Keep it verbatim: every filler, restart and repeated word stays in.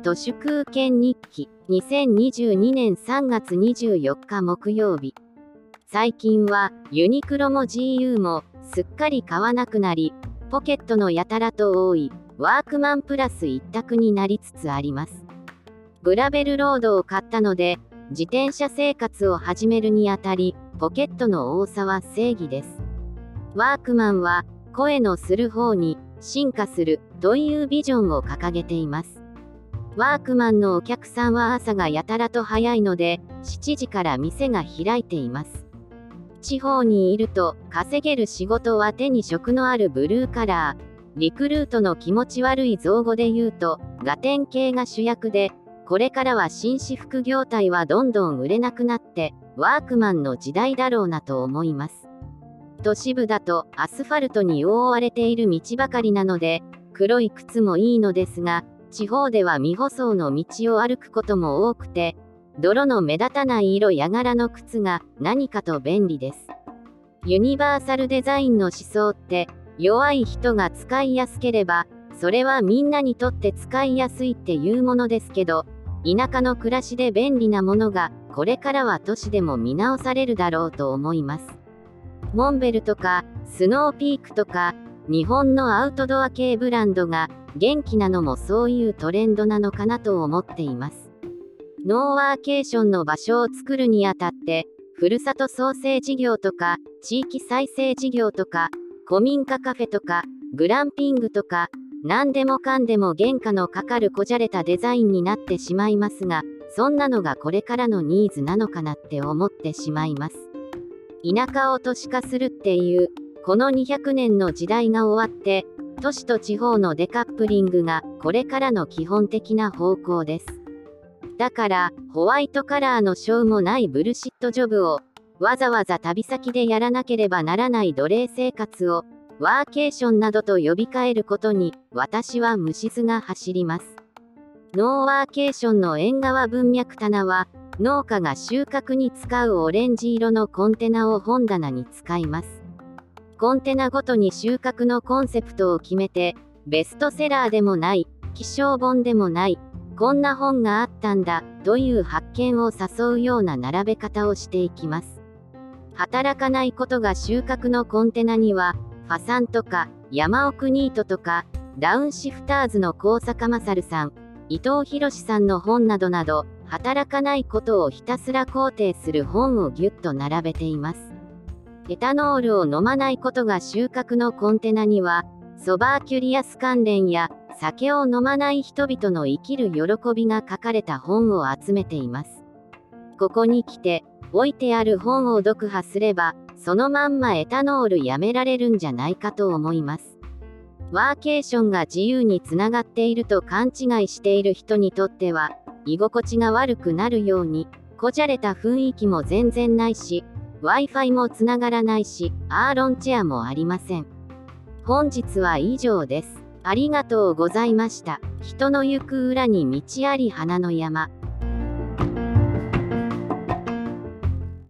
都市空間日記にせんにじゅうにねんさんがつにじゅうよっか木曜日。最近はユニクロも ジーユー もすっかり買わなくなり、ポケットのやたらと多いワークマンプラス一択になりつつあります。グラベルロードを買ったので、自転車生活を始めるにあたり、ポケットの多さは正義です。ワークマンは声のする方に進化するというビジョンを掲げています。ワークマンのお客さんは朝がやたらと早いので、しちじから店が開いています。地方にいると稼げる仕事は手に職のあるブルーカラー、リクルートの気持ち悪い造語で言うと、ガテン系が主役で、これからは紳士服業態はどんどん売れなくなって、ワークマンの時代だろうなと思います。都市部だとアスファルトに覆われている道ばかりなので、黒い靴もいいのですが、地方では未舗装の道を歩くことも多くて、泥の目立たない色や柄の靴が何かと便利です。ユニバーサルデザインの思想って、弱い人が使いやすければ、それはみんなにとって使いやすいっていうものですけど、田舎の暮らしで便利なものが、これからは都市でも見直されるだろうと思います。モンベルとか、スノーピークとか、日本のアウトドア系ブランドが元気なのもそういうトレンドなのかなと思っています。ノーワーケーションの場所を作るにあたって、ふるさと創生事業とか、地域再生事業とか、古民家カフェとか、グランピングとか、何でもかんでも原価のかかるこじゃれたデザインになってしまいますが、そんなのがこれからのニーズなのかなって思ってしまいます。田舎を都市化するっていう、このにひゃくねんの時代が終わって、都市と地方のデカップリングがこれからの基本的な方向です。だから、ホワイトカラーのしょうもないブルシットジョブを、わざわざ旅先でやらなければならない奴隷生活を、ワーケーションなどと呼び換えることに、私は虫唾が走ります。ノーワーケーションの縁側文脈棚は、農家が収穫に使うオレンジ色のコンテナを本棚に使います。コンテナごとに収穫のコンセプトを決めて、ベストセラーでもない、気象本でもない、こんな本があったんだ、という発見を誘うような並べ方をしていきます。働かないことが収穫のコンテナには、ファサンとか、山奥ニートとか、ダウンシフターズの高坂勝さん、伊藤博さんの本などなど、働かないことをひたすら肯定する本をぎゅっと並べています。エタノールを飲まないことが収穫のコンテナには、ソバーキュリアス関連や、酒を飲まない人々の生きる喜びが書かれた本を集めています。ここに来て、置いてある本を読破すれば、そのまんまエタノールやめられるんじゃないかと思います。ワーケーションが自由につながっていると勘違いしている人にとっては、居心地が悪くなるように、こじゃれた雰囲気も全然ないし、Wi-Fi もつながらないし、アーロンチェアもありません。本日は以上です。ありがとうございました。人の行く裏に道あり花の山。